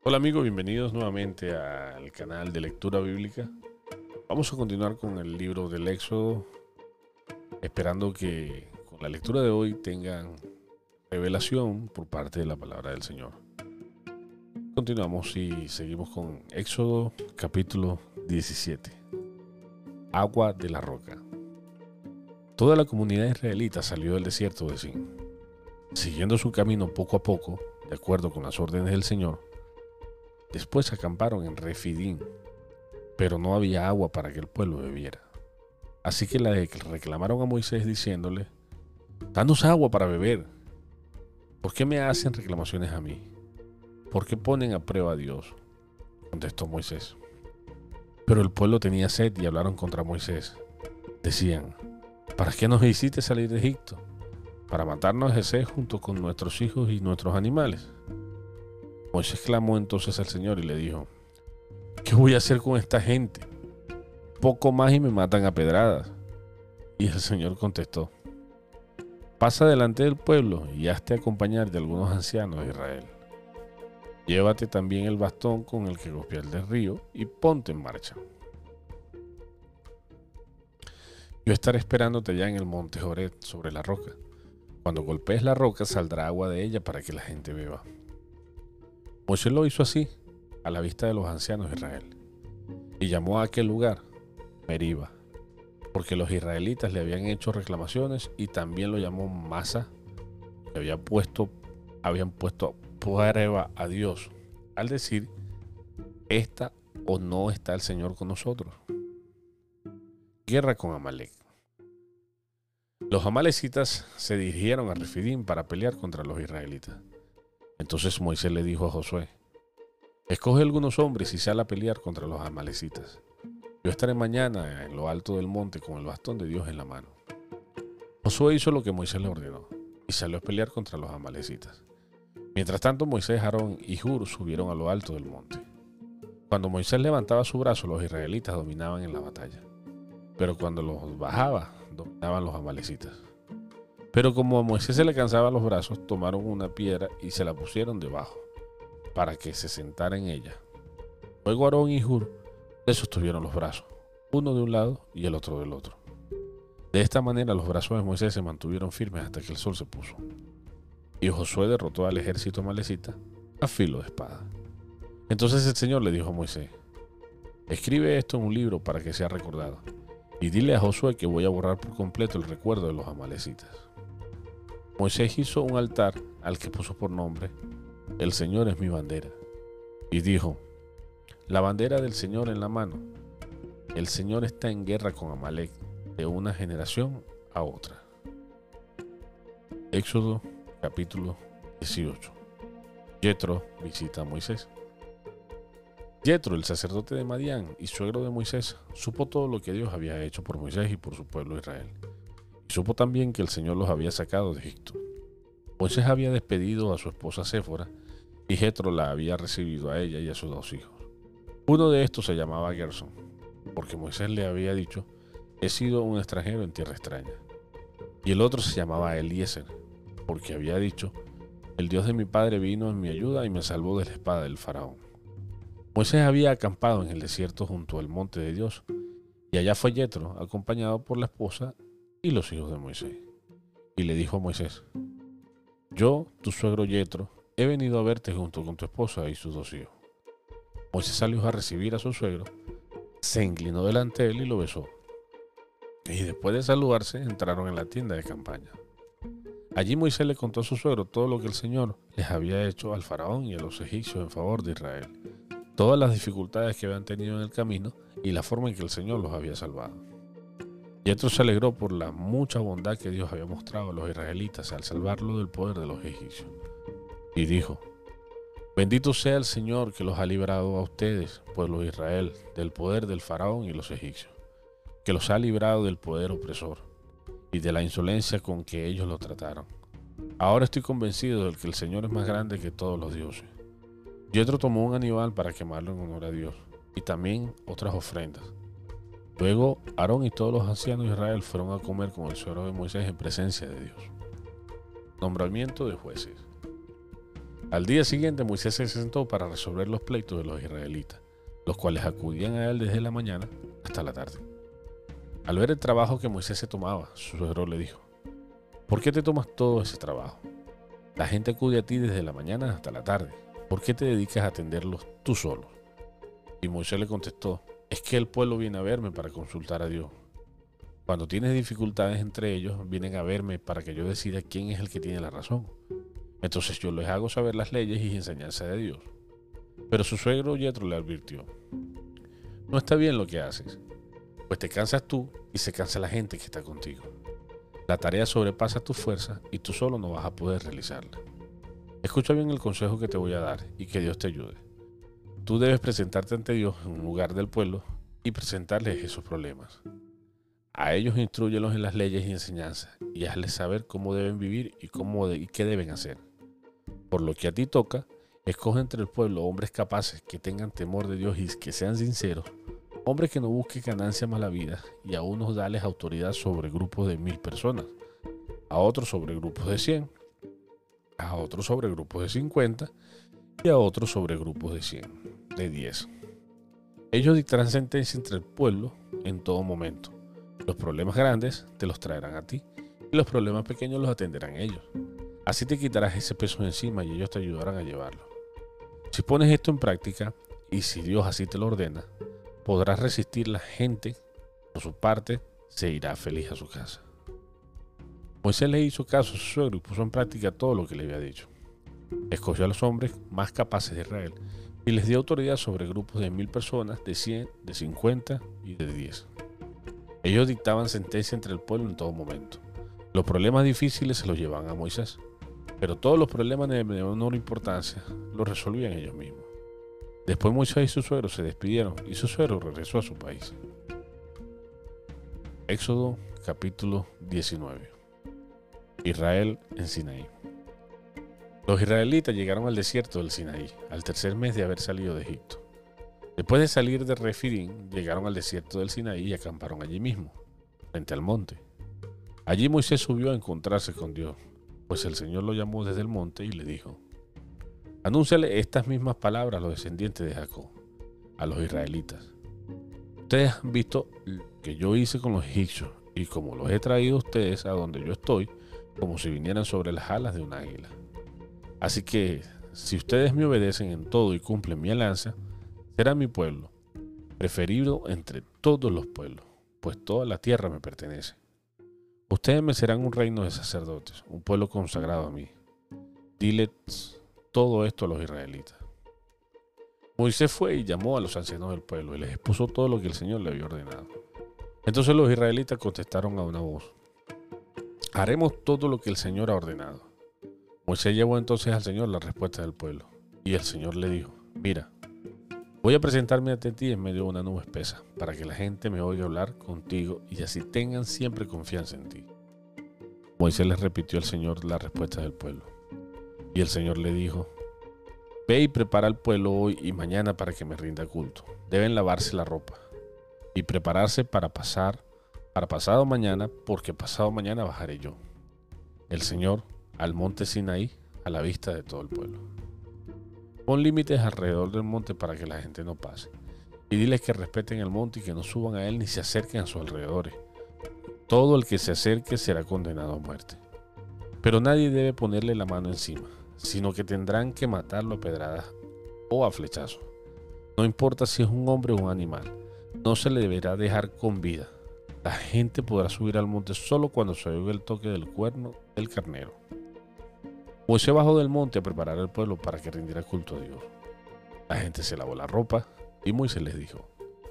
Hola amigos, bienvenidos nuevamente al canal de lectura bíblica. Vamos a continuar con el libro del Éxodo, esperando que con la lectura de hoy tengan revelación por parte de la palabra del Señor. Continuamos y seguimos con Éxodo capítulo 17. Agua de la roca. Toda la comunidad israelita salió del desierto de Sin, siguiendo su camino poco a poco, de acuerdo con las órdenes del Señor. Después acamparon en Refidim, pero no había agua para que el pueblo bebiera. Así que le reclamaron a Moisés diciéndole: danos agua para beber. ¿Por qué me hacen reclamaciones a mí? ¿Por qué ponen a prueba a Dios? Contestó Moisés. Pero el pueblo tenía sed y hablaron contra Moisés. Decían: ¿para qué nos hiciste salir de Egipto? ¿Para matarnos de sed junto con nuestros hijos y nuestros animales? Moisés clamó entonces al Señor y le dijo: ¿qué voy a hacer con esta gente? Poco más y me matan a pedradas. Y el Señor contestó: pasa delante del pueblo y hazte acompañar de algunos ancianos de Israel. Llévate también el bastón con el que golpeas el río y ponte en marcha. Yo estaré esperándote ya en el monte Horeb sobre la roca. Cuando golpees la roca saldrá agua de ella para que la gente beba. Moisés lo hizo así, a la vista de los ancianos de Israel, y llamó a aquel lugar Meriba, porque los israelitas le habían hecho reclamaciones, y también lo llamó Masa, que habían puesto prueba a Dios, al decir: ¿está o no está el Señor con nosotros? Guerra con Amalek. Los amalecitas se dirigieron a Refidim para pelear contra los israelitas. Entonces Moisés le dijo a Josué: escoge algunos hombres y sal a pelear contra los amalecitas. Yo estaré mañana en lo alto del monte con el bastón de Dios en la mano. Josué hizo lo que Moisés le ordenó y salió a pelear contra los amalecitas. Mientras tanto, Moisés, Aarón y Hur subieron a lo alto del monte. Cuando Moisés levantaba su brazo, los israelitas dominaban en la batalla. Pero cuando los bajaba, dominaban los amalecitas. Pero como a Moisés se le cansaban los brazos, tomaron una piedra y se la pusieron debajo, para que se sentara en ella. Luego Aarón y Hur le sostuvieron los brazos, uno de un lado y el otro del otro. De esta manera los brazos de Moisés se mantuvieron firmes hasta que el sol se puso. Y Josué derrotó al ejército amalecita a filo de espada. Entonces el Señor le dijo a Moisés: escribe esto en un libro para que sea recordado, y dile a Josué que voy a borrar por completo el recuerdo de los amalecitas. Moisés hizo un altar al que puso por nombre: el Señor es mi bandera. Y dijo: la bandera del Señor en la mano. El Señor está en guerra con Amalek de una generación a otra. Éxodo capítulo 18. Yetro visita a Moisés. Yetro, el sacerdote de Madián y suegro de Moisés, supo todo lo que Dios había hecho por Moisés y por su pueblo Israel. Y supo también que el Señor los había sacado de Egipto. Moisés había despedido a su esposa Séfora, y Jetro la había recibido a ella y a sus dos hijos. Uno de estos se llamaba Gerson, porque Moisés le había dicho: he sido un extranjero en tierra extraña. Y el otro se llamaba Eliezer, porque había dicho: el Dios de mi padre vino en mi ayuda y me salvó de la espada del faraón. Moisés había acampado en el desierto junto al monte de Dios, y allá fue Jetro, acompañado por la esposa y los hijos de Moisés. Y le dijo a Moisés: yo, tu suegro Jetro, he venido a verte junto con tu esposa y sus dos hijos. Moisés salió a recibir a su suegro, se inclinó delante de él y lo besó. Y después de saludarse, entraron en la tienda de campaña. Allí Moisés le contó a su suegro todo lo que el Señor les había hecho al faraón y a los egipcios en favor de Israel, todas las dificultades que habían tenido en el camino y la forma en que el Señor los había salvado. Jetro se alegró por la mucha bondad que Dios había mostrado a los israelitas al salvarlos del poder de los egipcios. Y dijo: bendito sea el Señor que los ha librado a ustedes, pueblo de Israel, del poder del faraón y los egipcios, que los ha librado del poder opresor y de la insolencia con que ellos lo trataron. Ahora estoy convencido de que el Señor es más grande que todos los dioses. Jetro tomó un animal para quemarlo en honor a Dios, y también otras ofrendas. Luego Aarón y todos los ancianos de Israel fueron a comer con el suegro de Moisés en presencia de Dios. Nombramiento de jueces. Al día siguiente Moisés se sentó para resolver los pleitos de los israelitas, los cuales acudían a él desde la mañana hasta la tarde. Al ver el trabajo que Moisés se tomaba, su suegro le dijo: ¿por qué te tomas todo ese trabajo? La gente acude a ti desde la mañana hasta la tarde. ¿Por qué te dedicas a atenderlos tú solo? Y Moisés le contestó: es que el pueblo viene a verme para consultar a Dios. Cuando tienes dificultades entre ellos, vienen a verme para que yo decida quién es el que tiene la razón. Entonces yo les hago saber las leyes y enseñanza de Dios. Pero su suegro Yetro le advirtió: no está bien lo que haces, pues te cansas tú y se cansa la gente que está contigo. La tarea sobrepasa tus fuerzas y tú solo no vas a poder realizarla. Escucha bien el consejo que te voy a dar y que Dios te ayude. Tú debes presentarte ante Dios en un lugar del pueblo y presentarles esos problemas. A ellos instrúyelos en las leyes y enseñanzas y hazles saber cómo deben vivir y qué deben hacer. Por lo que a ti toca, escoge entre el pueblo hombres capaces que tengan temor de Dios y que sean sinceros, hombres que no busquen ganancia mala vida, y a unos dales autoridad sobre grupos de 1000 personas, a otros sobre grupos de 100, a otros sobre grupos de 50 y a otros sobre grupos de 100, de 10. Ellos dictarán sentencia entre el pueblo en todo momento. Los problemas grandes te los traerán a ti y los problemas pequeños los atenderán ellos. Así te quitarás ese peso encima y ellos te ayudarán a llevarlo. Si pones esto en práctica, y si Dios así te lo ordena, podrás resistir. La gente, por su parte, se irá feliz a su casa. Moisés le hizo caso a su suegro y puso en práctica todo lo que le había dicho. Escogió a los hombres más capaces de Israel y les dio autoridad sobre grupos de 1000 personas, de 100, de 50 y de 10. Ellos dictaban sentencia entre el pueblo en todo momento. Los problemas difíciles se los llevaban a Moisés, pero todos los problemas de menor importancia los resolvían ellos mismos. Después Moisés y su suegro se despidieron y su suegro regresó a su país. Éxodo capítulo 19. Israel en Sinaí. Los israelitas llegaron al desierto del Sinaí al tercer mes de haber salido de Egipto. Después de salir de Refidim, llegaron al desierto del Sinaí y acamparon allí mismo, frente al monte. Allí Moisés subió a encontrarse con Dios, pues el Señor lo llamó desde el monte y le dijo: anúnciale estas mismas palabras a los descendientes de Jacob, a los israelitas. Ustedes han visto lo que yo hice con los egipcios y como los he traído a ustedes a donde yo estoy, como si vinieran sobre las alas de un águila. Así que, si ustedes me obedecen en todo y cumplen mi alianza, será mi pueblo, preferido entre todos los pueblos, pues toda la tierra me pertenece. Ustedes me serán un reino de sacerdotes, un pueblo consagrado a mí. Diles todo esto a los israelitas. Moisés fue y llamó a los ancianos del pueblo y les expuso todo lo que el Señor le había ordenado. Entonces los israelitas contestaron a una voz: haremos todo lo que el Señor ha ordenado. Moisés llevó entonces al Señor la respuesta del pueblo, y el Señor le dijo: mira, voy a presentarme ante ti en medio de una nube espesa, para que la gente me oiga hablar contigo y así tengan siempre confianza en ti. Moisés les repitió al Señor la respuesta del pueblo. Y el Señor le dijo: ve y prepara al pueblo hoy y mañana para que me rinda culto. Deben lavarse la ropa y prepararse para pasado mañana, porque pasado mañana bajaré yo, el Señor, al monte Sinaí, a la vista de todo el pueblo. Pon límites alrededor del monte para que la gente no pase, y diles que respeten el monte y que no suban a él ni se acerquen a sus alrededores. Todo el que se acerque será condenado a muerte. Pero nadie debe ponerle la mano encima, sino que tendrán que matarlo a pedradas o a flechazos. No importa si es un hombre o un animal, no se le deberá dejar con vida. La gente podrá subir al monte solo cuando se oiga el toque del cuerno del carnero. Moisés bajó del monte a preparar al pueblo para que rindiera culto a Dios. La gente se lavó la ropa y Moisés les dijo: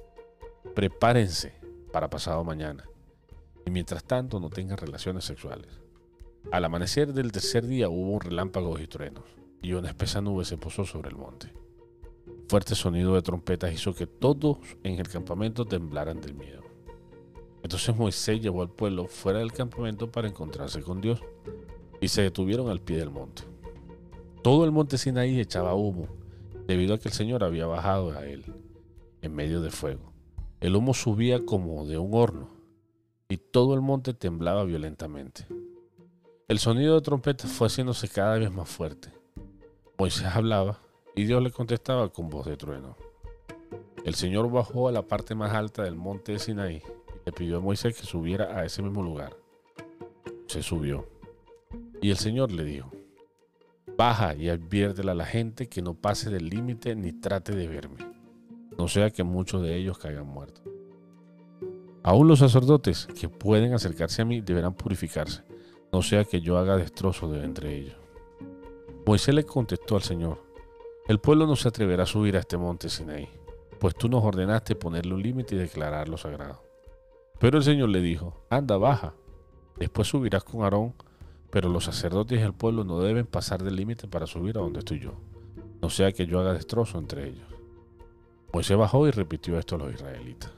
prepárense para pasado mañana, y mientras tanto no tengan relaciones sexuales. Al amanecer del tercer día hubo un relámpago y truenos, y una espesa nube se posó sobre el monte. Fuerte sonido de trompetas hizo que todos en el campamento temblaran del miedo. Entonces Moisés llevó al pueblo fuera del campamento para encontrarse con Dios, y se detuvieron al pie del monte. Todo el monte Sinaí echaba humo, debido a que el Señor había bajado a él, en medio de fuego. El humo subía como de un horno, y todo el monte temblaba violentamente. El sonido de trompetas fue haciéndose cada vez más fuerte. Moisés hablaba y Dios le contestaba con voz de trueno. El Señor bajó a la parte más alta del monte de Sinaí y le pidió a Moisés que subiera a ese mismo lugar. Se subió y el Señor le dijo: baja y adviértele a la gente que no pase del límite ni trate de verme, no sea que muchos de ellos caigan muertos. Aún los sacerdotes que pueden acercarse a mí deberán purificarse, no sea que yo haga destrozos de entre ellos. Moisés le contestó al Señor: el pueblo no se atreverá a subir a este monte Sinaí, pues tú nos ordenaste ponerle un límite y declararlo sagrado. Pero el Señor le dijo: anda, baja, después subirás con Aarón, pero los sacerdotes y el pueblo no deben pasar del límite para subir a donde estoy yo, no sea que yo haga destrozo entre ellos. Moisés bajó y repitió esto a los israelitas.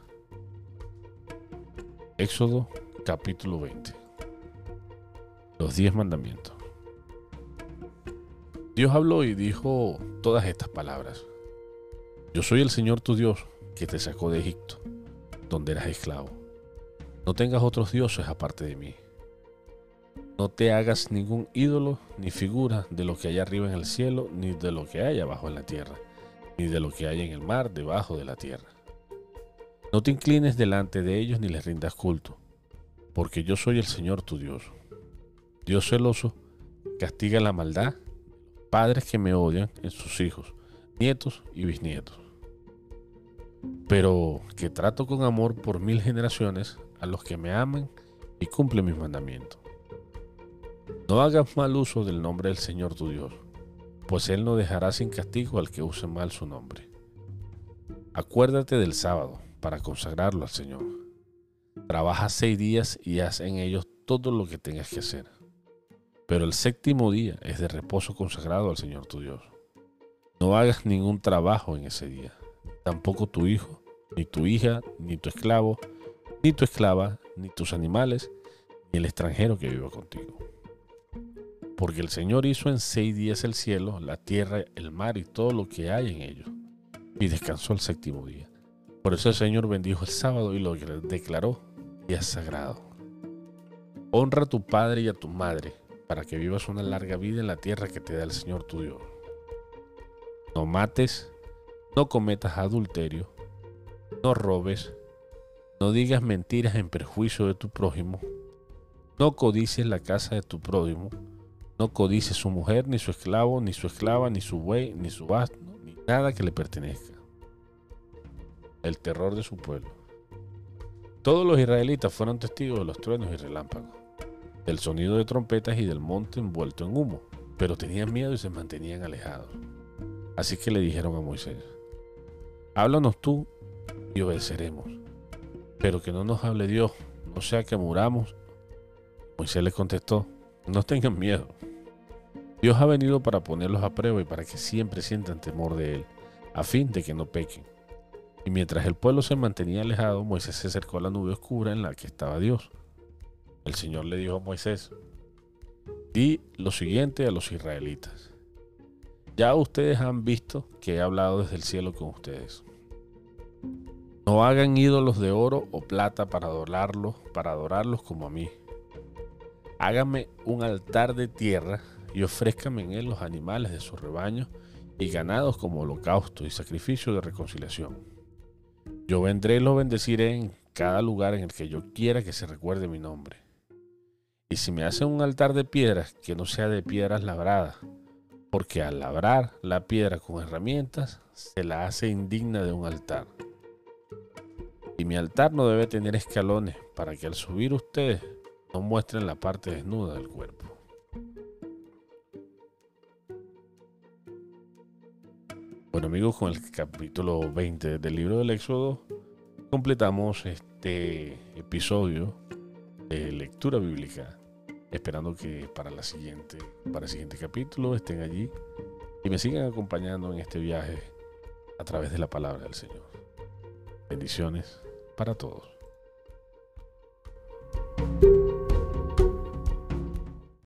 Éxodo capítulo 20. Los 10 mandamientos. Dios habló y dijo todas estas palabras: yo soy el Señor tu Dios, que te sacó de Egipto, donde eras esclavo. No tengas otros dioses aparte de mí. No te hagas ningún ídolo ni figura de lo que hay arriba en el cielo, ni de lo que hay abajo en la tierra, ni de lo que hay en el mar debajo de la tierra. No te inclines delante de ellos ni les rindas culto, porque yo soy el Señor tu Dios. Dios celoso, castiga la maldad de los padres que me odian en sus hijos, nietos y bisnietos, pero que trato con amor por 1000 generaciones a los que me aman y cumplen mis mandamientos. No hagas mal uso del nombre del Señor tu Dios, pues Él no dejará sin castigo al que use mal su nombre. Acuérdate del sábado para consagrarlo al Señor. Trabaja 6 días y haz en ellos todo lo que tengas que hacer. Pero el 7º día es de reposo consagrado al Señor tu Dios. No hagas ningún trabajo en ese día, tampoco tu hijo, ni tu hija, ni tu esclavo, ni tu esclava, ni tus animales, ni el extranjero que viva contigo. Porque el Señor hizo en 6 días el cielo, la tierra, el mar y todo lo que hay en ellos, y descansó el 7º día. Por eso el Señor bendijo el sábado y lo declaró día sagrado. Honra a tu padre y a tu madre, para que vivas una larga vida en la tierra que te da el Señor tu Dios. No mates, no cometas adulterio, no robes, no digas mentiras en perjuicio de tu prójimo, no codicies la casa de tu prójimo, no codicies su mujer, ni su esclavo, ni su esclava, ni su buey, ni su asno, ni nada que le pertenezca. El terror de su pueblo. Todos los israelitas fueron testigos de los truenos y relámpagos, del sonido de trompetas y del monte envuelto en humo, pero tenían miedo y se mantenían alejados. Así que le dijeron a Moisés: háblanos tú y obedeceremos, pero que no nos hable Dios, no sea que muramos. Moisés les contestó: no tengan miedo. Dios ha venido para ponerlos a prueba y para que siempre sientan temor de Él, a fin de que no pequen. Y mientras el pueblo se mantenía alejado, Moisés se acercó a la nube oscura en la que estaba Dios. El Señor le dijo a Moisés: di lo siguiente a los israelitas. Ya ustedes han visto que he hablado desde el cielo con ustedes. No hagan ídolos de oro o plata para adorarlos como a mí. Háganme un altar de tierra y ofrézcanme en él los animales de sus rebaños y ganados como holocausto y sacrificio de reconciliación. Yo vendré y los bendeciré en cada lugar en el que yo quiera que se recuerde mi nombre. Y si me hacen un altar de piedras, que no sea de piedras labradas, porque al labrar la piedra con herramientas se la hace indigna de un altar. Y mi altar no debe tener escalones, para que al subir ustedes no muestren la parte desnuda del cuerpo. Bueno, amigos, con el capítulo 20 del libro del Éxodo completamos este episodio de lectura bíblica, esperando que para el siguiente capítulo estén allí y me sigan acompañando en este viaje a través de la palabra del Señor. Bendiciones para todos.